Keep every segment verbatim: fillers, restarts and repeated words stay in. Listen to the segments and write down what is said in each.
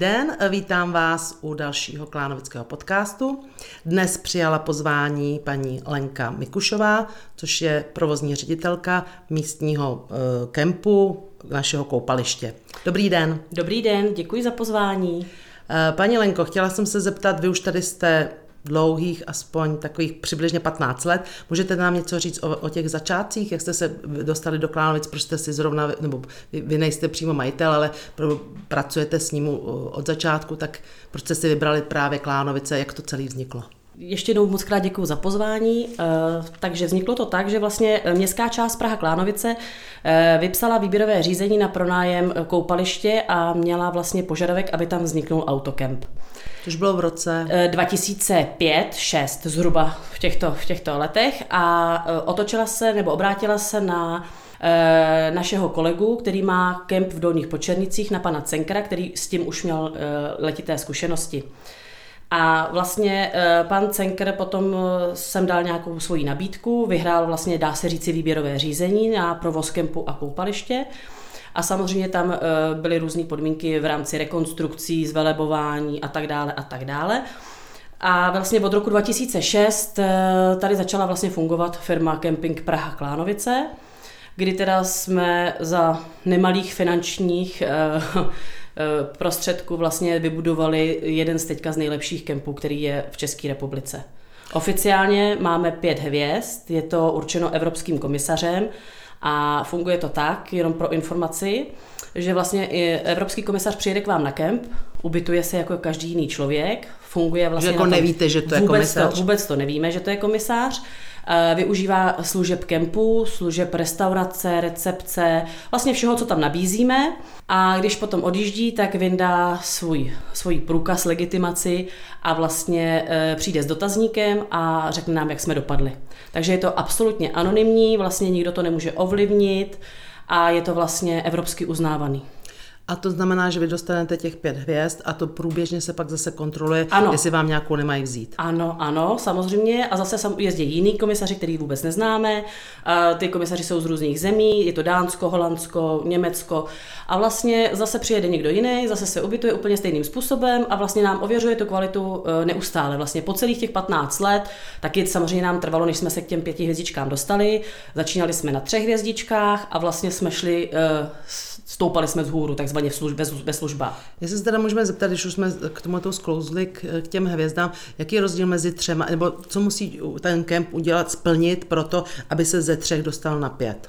den, vítám vás u dalšího Klánovického podcastu. Dnes přijala pozvání paní Lenka Mikušová, což je provozní ředitelka místního e, kempu našeho koupaliště. Dobrý den. Dobrý den, děkuji za pozvání. E, paní Lenko, chtěla jsem se zeptat, vy už tady jste dlouhých, aspoň takových přibližně patnáct let. Můžete nám něco říct o, o těch začátcích, jak jste se dostali do Klánovic, proč jste si zrovna, nebo vy, vy nejste přímo majitel, ale pro, pracujete s ním od začátku, tak proč jste si vybrali právě Klánovice, jak to celé vzniklo? Ještě jednou moc krát děkuju za pozvání. Takže vzniklo to tak, že vlastně městská část Praha Klánovice vypsala výběrové řízení na pronájem koupaliště a měla vlastně požadavek, aby tam vzniknul autokemp. Což bylo v roce dva tisíce pět šest zhruba v těchto, v těchto letech a otočila se nebo obrátila se na e, našeho kolegu, který má kemp v Dolních Počernicích, na pana Cenkera, který s tím už měl e, letité zkušenosti. A vlastně e, pan Cenker potom sem dal nějakou svoji nabídku, vyhrál vlastně, dá se říci, výběrové řízení na provoz kempu a koupaliště. A samozřejmě tam byly různé podmínky v rámci rekonstrukcí, zvelebování a tak dále a tak dále. A vlastně od roku dva tisíce šest tady začala vlastně fungovat firma Camping Praha Klánovice, kdy teda jsme za nemalých finančních prostředků vlastně vybudovali jeden z teďka z nejlepších kempů, který je v České republice. Oficiálně máme pět hvězd, je to určeno Evropským komisařem, a funguje to tak, jenom pro informaci, že vlastně i Evropský komisař přijede k vám na kemp, ubytuje se jako každý jiný člověk, funguje vlastně... Že jako nevíte, že to je komisař? To, vůbec to nevíme, že to je komisař. Využívá služeb kempu, služeb restaurace, recepce, vlastně všeho, co tam nabízíme. A když potom odjíždí, tak vyndá svůj, svůj průkaz, legitimaci a vlastně e, přijde s dotazníkem a řekne nám, jak jsme dopadli. Takže je to absolutně anonymní, vlastně nikdo to nemůže ovlivnit a je to vlastně evropsky uznávaný. A to znamená, že vy dostanete těch pět hvězd a to průběžně se pak zase kontroluje, ano. jestli vám nějakou nemají vzít. Ano, ano, samozřejmě. A zase jezdí jiný komisaři, který vůbec neznáme. Ty komisaři jsou z různých zemí, je to Dánsko, Holandsko, Německo. A vlastně zase přijede někdo jiný, zase se ubytuje úplně stejným způsobem a vlastně nám ověřuje tu kvalitu neustále. Vlastně po celých těch patnáct let, taky samozřejmě nám trvalo, než jsme se k těm pěti hvězdičkám dostali. Začínali jsme na třech hvězdičkách a vlastně jsme šli, stoupali jsme vzhůru, takzvaně v služ, bez, bez službách. Jestli se teda můžeme zeptat, když už jsme k tomuto sklouzli k, k těm hvězdám, jaký je rozdíl mezi třema, nebo co musí ten kemp udělat, splnit pro to, aby se ze třech dostal na pět?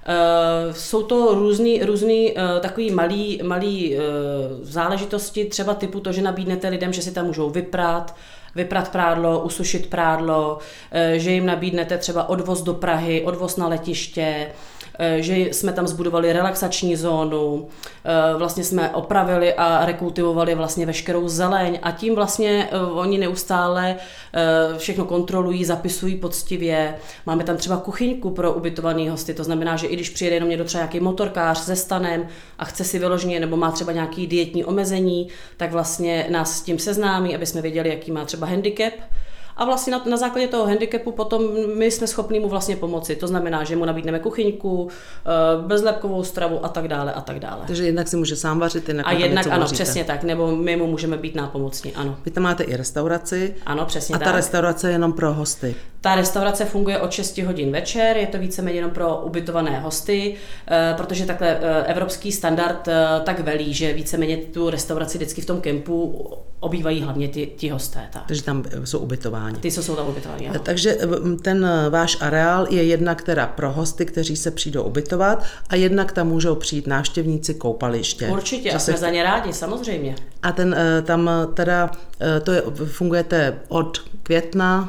Uh, jsou to různý, různý uh, takový malý, malý uh, záležitosti, třeba typu to, že nabídnete lidem, že si tam můžou vyprat, vyprat prádlo, usušit prádlo, uh, že jim nabídnete třeba odvoz do Prahy, odvoz na letiště, že jsme tam zbudovali relaxační zónu, vlastně jsme opravili a rekultivovali vlastně veškerou zeleň a tím vlastně oni neustále všechno kontrolují, zapisují poctivě. Máme tam třeba kuchyňku pro ubytovaný hosty, to znamená, že i když přijede jenom někdo třeba nějaký motorkář se stanem a chce si vyloženě nebo má třeba nějaký dietní omezení, tak vlastně nás s tím seznámí, aby jsme věděli, jaký má třeba handicap. A vlastně na, na základě toho handicapu potom my jsme schopni mu vlastně pomoci. To znamená, že mu nabídneme kuchyňku, bezlepkovou stravu a tak dále a tak dále. Takže jednak si může sám vařit, jednak a jednak ano, vaříte. Přesně tak, nebo my mu můžeme být nápomocní, ano. Vy tam máte i restauraci. Ano, přesně a tak. A ta restaurace je jenom pro hosty. Ta restaurace funguje od šesti hodin večer, je to víceméně jenom pro ubytované hosty, protože takhle evropský standard tak velí, že víceméně tu restauraci vždycky v tom kempu obývají hlavně ti, ti hosté. Tak. Takže tam jsou ubytováni. Ty jsou tam ubytováni, ano. Takže ten váš areál je jednak teda pro hosty, kteří se přijdou ubytovat a jednak tam můžou přijít návštěvníci koupaliště. Určitě, a jsme se... za ně rádi, samozřejmě. A ten tam teda, to je, fungujete od května?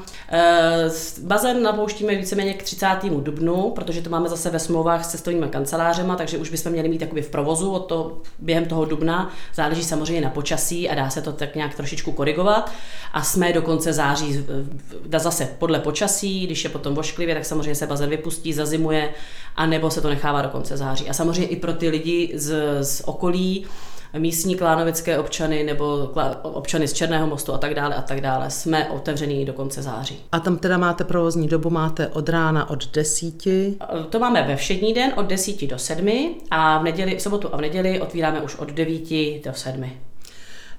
Bazén napouštíme víceméně k třicátému dubnu, protože to máme zase ve smlouvách s cestovními kancelářema, takže už bychom měli mít jakoby v provozu od to, během toho dubna. Záleží samozřejmě na počasí a dá se to tak nějak trošičku korigovat. A jsme do konce září, zase podle počasí, když je potom vošklivě, tak samozřejmě se bazén vypustí, zazimuje, anebo se to nechává do konce září. A samozřejmě i pro ty lidi z, z okolí, místní klánovické občany nebo občany z Černého Mostu a tak dále a tak dále. Jsme otevření do konce září. A tam teda máte provozní dobu, máte od rána od desíti? To máme ve všední den od desíti do sedmi a v neděli, v sobotu a v neděli otvíráme už od devíti do sedmi.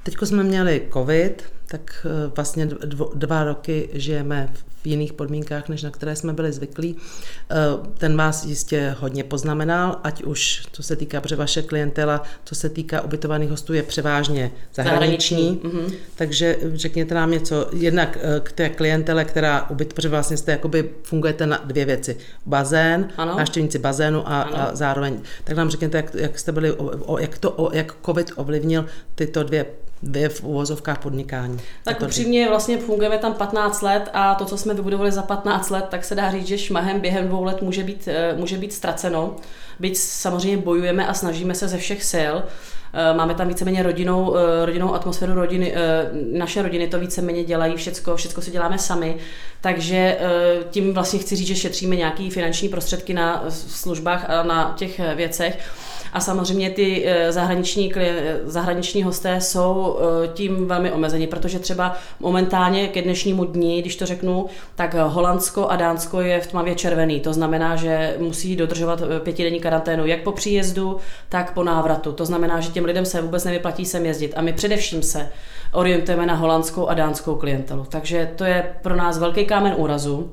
Teďko jsme měli covid, tak vlastně dvo, dva roky žijeme v jiných podmínkách, než na které jsme byli zvyklí. Ten vás jistě hodně poznamenal, ať už co se týká, protože vaše klientela, co se týká ubytovaných hostů, je převážně zahraniční. zahraniční. Mm-hmm. Takže řekněte nám něco, jednak k té klientele, která ubyt, protože vlastně jste jakoby fungujete na dvě věci. Bazén, ano. návštěvníci bazénu a, a zároveň. Tak nám řekněte, jak, jak jste byli, o, jak, to, o, jak covid ovlivnil tyto dvě Vy v uvozovkách podnikání. Tak upřímně vlastně fungujeme tam patnáct let a to, co jsme vybudovali za patnáct let, tak se dá říct, že šmahem během dvou let může být, může být ztraceno. Byť samozřejmě bojujeme a snažíme se ze všech sil. Máme tam víceméně rodinou, rodinnou atmosféru rodiny, naše rodiny to víceméně dělají, všecko, všecko si děláme sami, takže tím vlastně chci říct, že šetříme nějaké finanční prostředky na službách a na těch věcech. A samozřejmě ty zahraniční, zahraniční hosté jsou tím velmi omezeni, protože třeba momentálně ke dnešnímu dni, když to řeknu, tak Holandsko a Dánsko je v tmavě červený. To znamená, že musí dodržovat pětidenní karanténu jak po příjezdu, tak po návratu. To znamená, že těm lidem se vůbec nevyplatí sem jezdit. A my především se orientujeme na holandskou a dánskou klientelu. Takže to je pro nás velký kámen úrazu.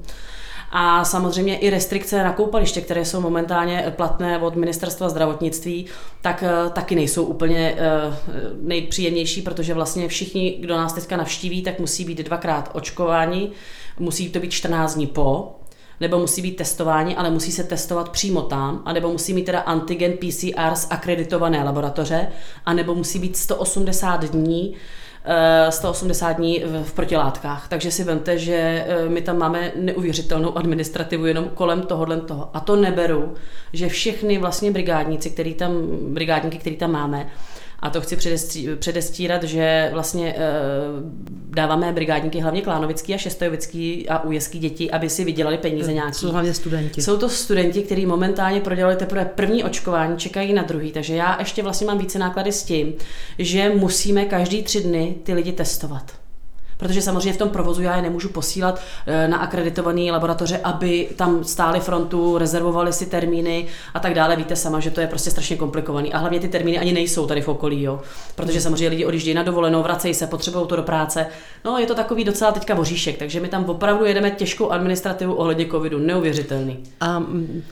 A samozřejmě i restrikce na koupaliště, které jsou momentálně platné od ministerstva zdravotnictví, tak taky nejsou úplně nejpříjemnější, protože vlastně všichni, kdo nás teďka navštíví, tak musí být dvakrát očkováni, musí to být čtrnáct dní po, nebo musí být testováni, ale musí se testovat přímo tam, anebo musí mít teda antigen P C R z akreditované laboratoře, anebo musí být sto osmdesát dní sto osmdesát dní v protilátkách. Takže si vemte, že my tam máme neuvěřitelnou administrativu jenom kolem tohohle toho. A to neberu, že všechny vlastně brigádníci, který tam, brigádníky, který tam máme, a to chci předestírat, že vlastně e, dáváme brigádníky hlavně klánovický a šestojovický a újezdský děti, aby si vydělali peníze nějaký. Jsou hlavně studenti. Jsou to studenti, kteří momentálně prodělali teprve první očkování, čekají na druhý, takže já ještě vlastně mám více náklady s tím, že musíme každý tři dny ty lidi testovat. Protože samozřejmě v tom provozu já je nemůžu posílat na akreditované laboratoře, aby tam stáli frontu, rezervovali si termíny a tak dále. Víte sama, že to je prostě strašně komplikovaný. A hlavně ty termíny ani nejsou tady v okolí, jo. Protože samozřejmě lidi odjíždějí na dovolenou, vracejí se, potřebují to do práce. No, je to takový docela teďka voříšek, takže my tam opravdu jedeme těžkou administrativu ohledně covidu, neuvěřitelný. A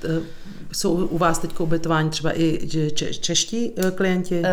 jsou u vás teď ubytování třeba i čeští klienti?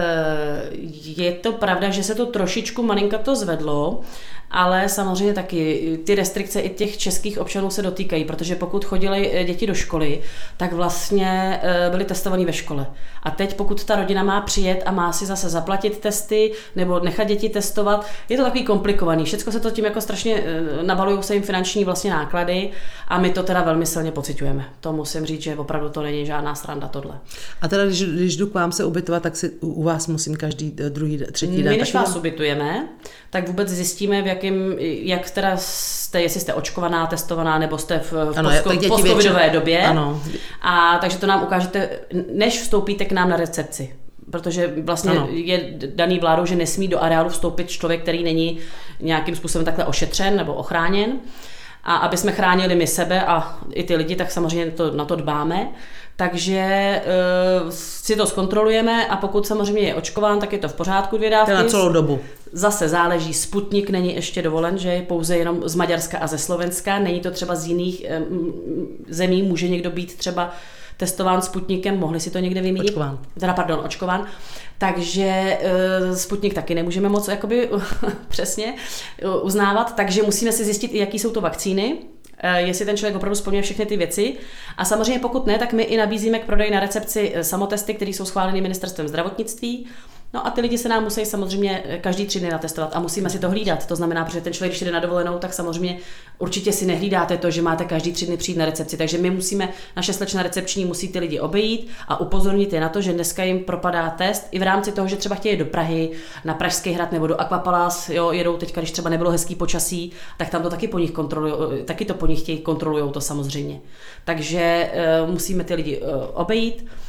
Je to pravda, že se to trošičku malinka to zvedlo, ale samozřejmě taky ty restrikce i těch českých občanů se dotýkají, protože pokud chodili děti do školy, tak vlastně byli testovaní ve škole. A teď pokud ta rodina má přijet a má si zase zaplatit testy nebo nechat děti testovat, je to takový komplikovaný. Všecko se to tím jako strašně nabalují se jim finanční vlastně náklady a my to teda velmi silně pociťujeme. To musím říct, že opravdu to není žádná sranda tohle. A teda když, když jdu k vám se ubytovat, tak si u vás musím každý druhý, třetí den. My než vás ubytujeme, tak vůbec zjistíme, v jakým, jak teda jste, jestli jste očkovaná, testovaná, nebo jste v, v ano, post-covidové době. Ano. A takže to nám ukážete, než vstoupíte k nám na recepci. Protože vlastně ano. je daný vládou, že nesmí do areálu vstoupit člověk, který není nějakým způsobem takhle ošetřen nebo ochráněn. A aby jsme chránili my sebe a i ty lidi, tak samozřejmě to, na to dbáme. Takže uh, si to zkontrolujeme a pokud samozřejmě je očkován, tak je to v pořádku, dvě dávky. Na celou dobu. Zase záleží, Sputnik není ještě dovolen, že je pouze jenom z Maďarska a ze Slovenska, není to třeba z jiných um, zemí, může někdo být třeba testován Sputnikem, mohli si to někde vymínit? Očkován. Teda pardon, očkován. Takže uh, Sputnik taky nemůžeme moc jakoby přesně uh, uznávat, takže musíme si zjistit, jaký jsou to vakcíny, jestli ten člověk opravdu splňuje všechny ty věci. A samozřejmě pokud ne, tak my i nabízíme k prodeji na recepci samotesty, které jsou schváleny ministerstvem zdravotnictví. No a ty lidi se nám musí samozřejmě každý tři dny natestovat a musíme si to hlídat. To znamená, protože ten člověk, když jde na dovolenou, tak samozřejmě určitě si nehlídáte to, že máte každý tři dny přijít na recepci. Takže my musíme, naše slečna recepční musí ty lidi obejít a upozornit je na to, že dneska jim propadá test i v rámci toho, že třeba chtějí do Prahy, na Pražský hrad nebo do Aquapalace, jo, jedou teďka, když třeba nebylo hezký počasí, tak tam to taky po nich kontrolují, taky to po nich chtějí, kontrolujou to samozřejmě. Takže uh, musíme ty lidi uh, obejít.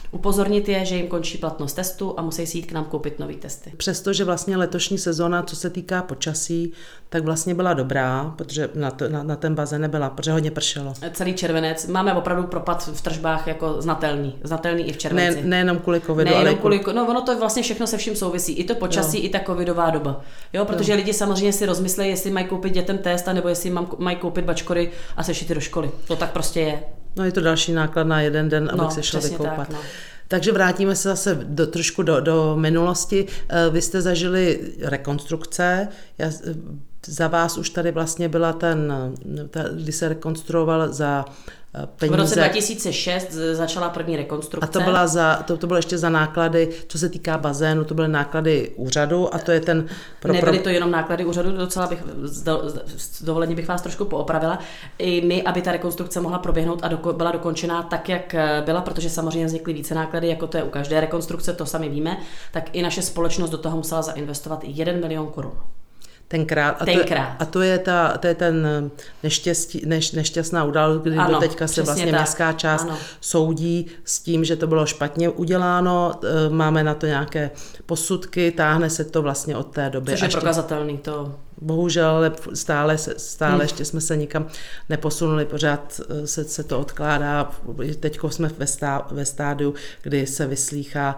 upozornit je, že jim končí platnost testu a musí si jít k nám koupit nový testy. Přestože vlastně letošní sezona, co se týká počasí, tak vlastně byla dobrá, protože na, to, na, na ten bazén nebyla, protože hodně pršelo. Celý červenec. Máme opravdu propad v tržbách jako znatelný. Znatelný i v červenci. Ne, nejenom kvůli covidu, ne, ale kvůli, no ono to vlastně všechno se vším souvisí. I to počasí, jo. I ta covidová doba. Jo, protože jo. Lidi samozřejmě si rozmyslejí, jestli mají koupit dětem test, nebo jestli mají koupit bačkory a sešity do školy. To tak prostě je. No je to další náklad na jeden den, abych no, se šla vykoupat. Tak, no. Takže vrátíme se zase do, trošku do, do minulosti. Vy jste zažili rekonstrukce. Já, za vás už tady vlastně byla ten, ta, kdy se rekonstruoval za peníze. V roce dva tisíce šest začala první rekonstrukce. A to, byla za, to, to bylo ještě za náklady, co se týká bazénu, to byly náklady úřadu a to je ten... Pro, Nebyly to jenom náklady úřadu, docela bych, s dovolením bych vás trošku poopravila. I my, aby ta rekonstrukce mohla proběhnout a doko, byla dokončená tak, jak byla, protože samozřejmě vznikly více náklady, jako to je u každé rekonstrukce, to sami víme, tak i naše společnost do toho musela zainvestovat jeden milion korun. Tenkrát. A, Tenkrát. To, a to je, ta, to je ten neštěstí, neš, nešťastná událost, kdy ano, doteďka se vlastně tak. Městská část ano. soudí s tím, že to bylo špatně uděláno, máme na to nějaké posudky, táhne se to vlastně od té doby. Což je prokazatelný. To... Bohužel, ale stále, stále hmm. ještě jsme se nikam neposunuli, pořád se, se to odkládá. Teď jsme ve, stá, ve stádiu, kdy se vyslýchá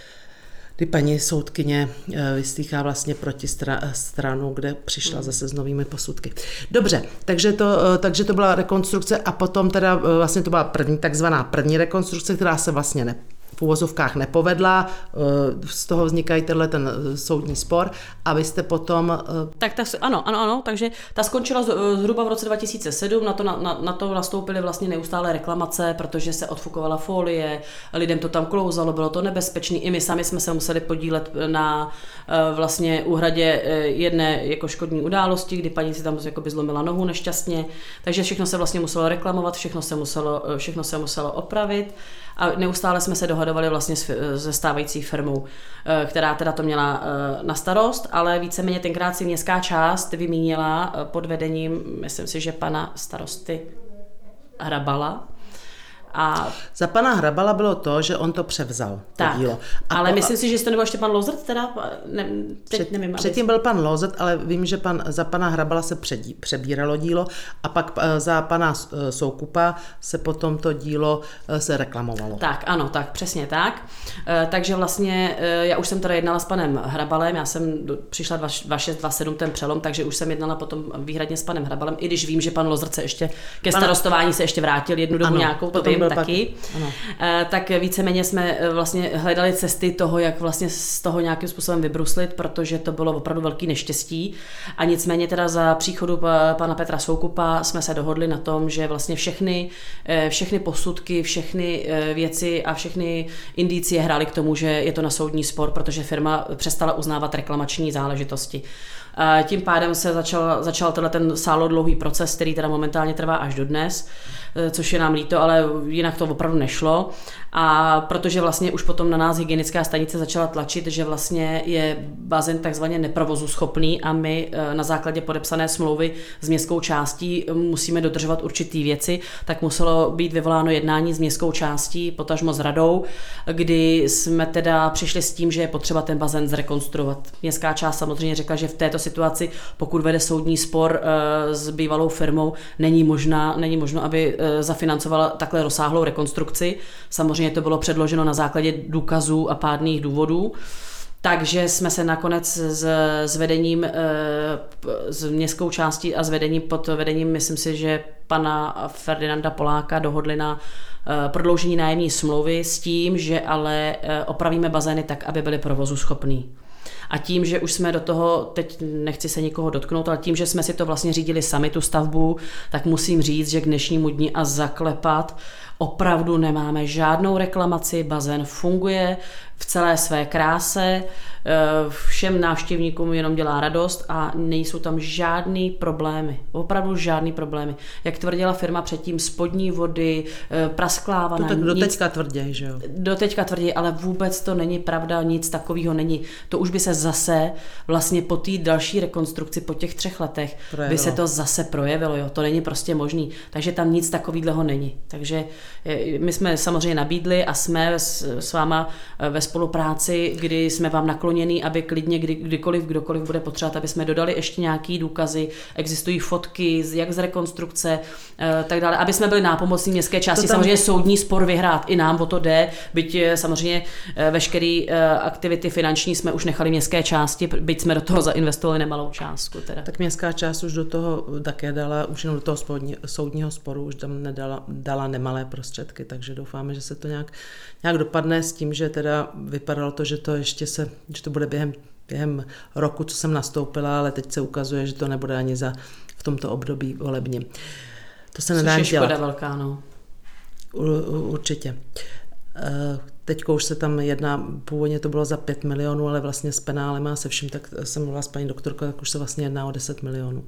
kdy paní soudkyně vyslýchá vlastně proti stra, stranu, kde přišla zase s novými posudky. Dobře, takže to, takže to byla rekonstrukce a potom teda vlastně to byla první, takzvaná první rekonstrukce, která se vlastně ne, v uvozovkách nepovedla, z toho vznikají tenhle ten soudní spor a vy jste potom... Tak ta, ano, ano, ano, takže ta skončila zhruba v roce dva tisíce sedm, na to, na, na to nastoupily vlastně neustále reklamace, protože se odfukovala folie, lidem to tam klouzalo, bylo to nebezpečné, i my sami jsme se museli podílet na vlastně úhradě jedné jako škodní události, kdy paní si tam jakoby zlomila nohu nešťastně, takže všechno se vlastně muselo reklamovat, všechno se muselo, všechno se muselo opravit a neustále jsme se dohadovali vlastně se stávající firmou, která teda to měla na starost, ale víceméně tenkrát si městská část vymínila pod vedením, myslím si, že pana starosty Hrabala. A za pana Hrabala bylo to, že on to převzal, tak, to dílo. A ale po, myslím si, že to nebyl ještě pan Lozert, teda ne, teď před, nevím. Předtím byl pan Lozert, ale vím, že pan, za pana Hrabala se předí, přebíralo dílo a pak za pana Soukupa se potom to dílo se reklamovalo. Tak, ano, tak, přesně tak. Takže vlastně já už jsem teda jednala s panem Hrabalem, já jsem přišla dva šest dva sedm ten přelom, takže už jsem jednala potom výhradně s panem Hrabalem, i když vím, že pan Lozert se ještě ke starostování se ještě vrátil jednu dobu ano, nějakou, to vím taky. Pak, tak víceméně jsme vlastně hledali cesty toho, jak vlastně z toho nějakým způsobem vybruslit, protože to bylo opravdu velký neštěstí. A nicméně teda za příchodu pana Petra Soukupa jsme se dohodli na tom, že vlastně všechny, všechny posudky, všechny věci a všechny indicie hrály k tomu, že je to na soudní spor, protože firma přestala uznávat reklamační záležitosti. Tím pádem se začal, začal tenhle ten sálodlouhý proces, který teda momentálně trvá až do dnes, což je nám líto, ale jinak to opravdu nešlo. A protože vlastně už potom na nás hygienická stanice začala tlačit, že vlastně je bazén takzvaně neprovozu schopný a my na základě podepsané smlouvy s městskou částí musíme dodržovat určitý věci, tak muselo být vyvoláno jednání s městskou částí, potažmo s radou, kdy jsme teda přišli s tím, že je potřeba ten bazén zrekonstruovat. Městská část samozřejmě řekla, že v této situaci, pokud vede soudní spor s bývalou firmou, není možná, není možno, aby zafinancovala takhle rozsáhlou rekonstrukci. Samozřejmě to bylo předloženo na základě důkazů a pádných důvodů. Takže jsme se nakonec s, s vedením, s městskou částí a s vedením pod vedením, myslím si, že pana Ferdinanda Poláka dohodli na prodloužení nájemní smlouvy s tím, že ale opravíme bazény tak, aby byly provozu schopný. A tím, že už jsme do toho, teď nechci se nikoho dotknout, ale tím, že jsme si to vlastně řídili sami tu stavbu, tak musím říct, že k dnešnímu dni a zaklepat opravdu nemáme žádnou reklamaci, bazén funguje v celé své kráse, všem návštěvníkům jenom dělá radost a nejsou tam žádný problémy, opravdu žádný problémy. Jak tvrdila firma předtím, spodní vody, prasklávaná. To tak doteďka tvrdí, že jo? Doteďka tvrdí, ale vůbec to není pravda, nic takového není. To už by se zase vlastně po té další rekonstrukci, po těch třech letech, projevilo. by se to zase projevilo, jo? To není prostě možný. Takže tam nic takového není. Takže my jsme samozřejmě nabídli a jsme s, s váma ve spolupráci, kdy jsme vám nakloněni, aby klidně kdy, kdykoliv, kdokoliv bude potřebovat, aby jsme dodali ještě nějaký důkazy, existují fotky, jak z rekonstrukce, tak dále, aby jsme byli nápomocní městské části. Tam... Samozřejmě soudní spor vyhrát, i nám o to jde, byť samozřejmě veškeré aktivity finanční jsme už nechali městské části, byť jsme do toho zainvestovali nemalou částku. Teda. Tak městská část už do toho také dala, už jenom do toho spodní, soudního sporu už tam nedala, dala nemalé prostředky, takže doufáme, že se to nějak, nějak dopadne s tím, že teda vypadalo to, že to ještě se, že to bude během, během roku, co jsem nastoupila, ale teď se ukazuje, že to nebude ani za v tomto období volebně. To se nedá dělat. Což je škoda velká, no. Určitě. Teďko už se tam jedná, původně to bylo za pět milionů, ale vlastně s penálem a se vším, tak jsem mluvila s paní doktorkou, tak už se vlastně jedná o deset milionů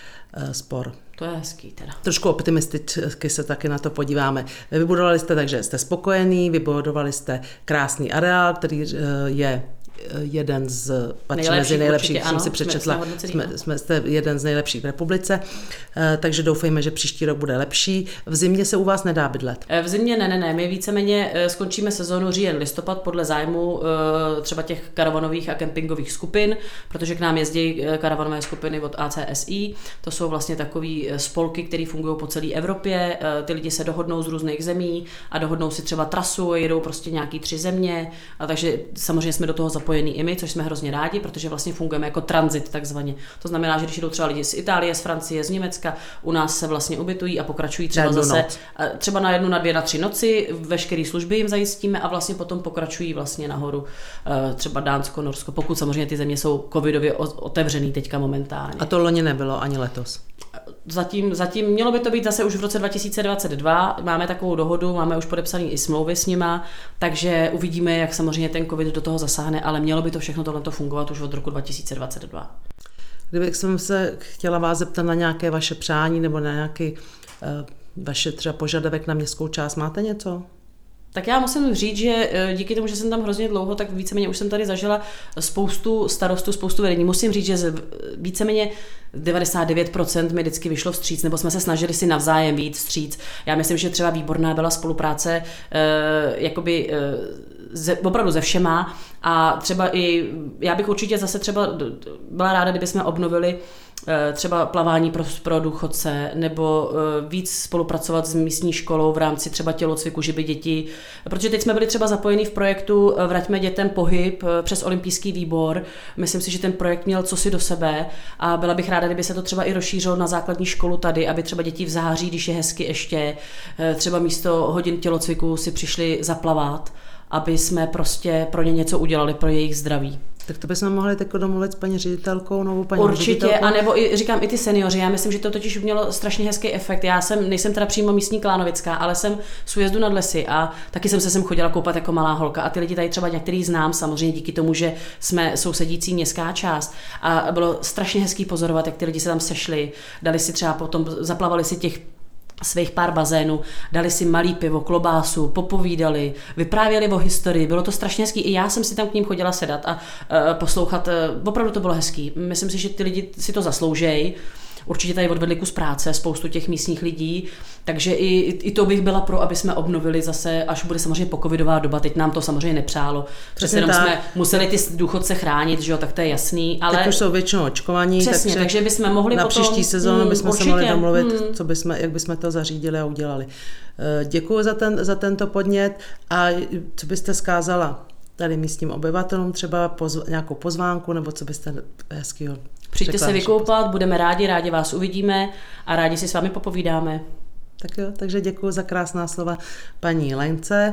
spor. To je hezký teda. Trošku optimisticky se taky na to podíváme. Vybudovali jste, takže jste spokojení, vybudovali jste krásný areál, který je jeden z patří mezi nejlepších, jsem si přečetla, jsme, jsme, jsme jste jeden z nejlepších v republice, takže doufejme, že příští rok bude lepší. V zimě se u vás nedá bydlet? V zimě ne, ne, ne, my víceméně skončíme sezónu říjen, listopad podle zájmu třeba těch karavanových a kempingových skupin, protože k nám jezdí karavanové skupiny od A C S I, to jsou vlastně takový spolky, které fungují po celé Evropě, ty lidi se dohodnou z různých zemí a dohodnou si třeba trasu, jedou prostě nějaký tři země, a takže samozřejmě jsme do toho zapojení i my, což jsme hrozně rádi, protože vlastně fungujeme jako tranzit takzvaně. To znamená, že když jdou třeba lidi z Itálie, z Francie, z Německa, u nás se vlastně ubytují a pokračují třeba zase noc. třeba na jednu, na dvě, na tři noci, veškeré služby jim zajistíme a vlastně potom pokračují vlastně nahoru třeba Dánsko, Norsko, pokud samozřejmě ty země jsou covidově otevřený teďka momentálně. A to loni nebylo ani letos? Zatím, zatím mělo by to být zase už v roce dva tisíce dvacet dva, máme takovou dohodu, máme už podepsaný i smlouvy s nima, takže uvidíme, jak samozřejmě ten covid do toho zasáhne, ale mělo by to všechno tohleto fungovat už od roku dva tisíce dvacet dva. Kdybych jsem se chtěla vás zeptat na nějaké vaše přání nebo na nějaký uh, vaše třeba požadavek na městskou část, máte něco? Tak já musím říct, že díky tomu, že jsem tam hrozně dlouho, tak víceméně už jsem tady zažila spoustu starostů, spoustu vedení. Musím říct, že víceméně devadesát devět procent mi vždycky vyšlo vstříc, nebo jsme se snažili si navzájem vyjít vstříc. Já myslím, že třeba výborná byla spolupráce eh, jakoby eh, ze, opravdu ze všema a třeba i, já bych určitě zase třeba byla ráda, kdyby jsme obnovili třeba plavání pro, pro důchodce nebo víc spolupracovat s místní školou v rámci třeba tělocviku, že by děti, protože teď jsme byli třeba zapojeni v projektu Vraťme dětem pohyb přes olympijský výbor. Myslím si, že ten projekt měl cosi do sebe a byla bych ráda, kdyby se to třeba i rozšířilo na základní školu tady, aby třeba děti v září, když je hezky ještě, třeba místo hodin tělocviku si přišli zaplavat, aby jsme prostě pro ně něco udělali, pro jejich zdraví. Tak to bychom mohli tako domluvit s paní ředitelkou, novou paní Určitě, ředitelkou. anebo i, říkám i ty seniori, já myslím, že to totiž mělo strašně hezký efekt. Já jsem, nejsem teda přímo místní Klánovická, ale jsem z Újezdu nad Lesy a taky jsem se sem chodila koupat jako malá holka a ty lidi tady třeba některý znám, samozřejmě díky tomu, že jsme sousedící městská část a bylo strašně hezký pozorovat, jak ty lidi se tam sešli, dali si třeba potom, zaplavali si těch svých pár bazénů, dali si malý pivo, klobásu, popovídali, vyprávěli o historii, bylo to strašně hezký. I já jsem si tam k ním chodila sedat a uh, poslouchat, uh, opravdu to bylo hezký. Myslím si, že ty lidi si to zasloužejí. Určitě tady odvedli kus práce, spoustu těch místních lidí, takže i, i to bych byla pro, aby jsme obnovili zase, až bude samozřejmě pocovidová doba, teď nám to samozřejmě nepřálo. Přesně jenom jsme museli ty důchodce chránit, že jo, tak to je jasný. Ale teď už jsou většinou očkovaní, přesně, takže, takže bychom mohli na potom, příští sezónu mm, bychom určitě, se mohli domluvit, mm. co bychom, jak bychom to zařídili a udělali. Děkuji za, ten, za tento podnět a co byste zkázala tady místním obyvatelům, třeba pozv, nějakou pozvánku, nebo co byste hezkýho. Přijďte se vykoupat, budeme rádi, rádi vás uvidíme a rádi si s vámi popovídáme. Tak jo, takže děkuji za krásná slova paní Lence.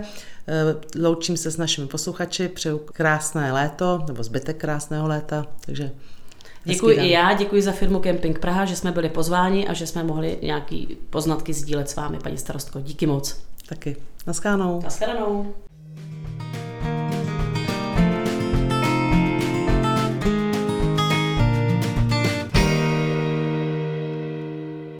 Loučím se s našimi posluchači, přeju krásné léto, nebo zbytek krásného léta, takže děkuji i já, děkuji za firmu Camping Praha, že jsme byli pozváni a že jsme mohli nějaký poznatky sdílet s vámi, paní starostko. Díky moc. Taky. Naschledanou. Naschledanou.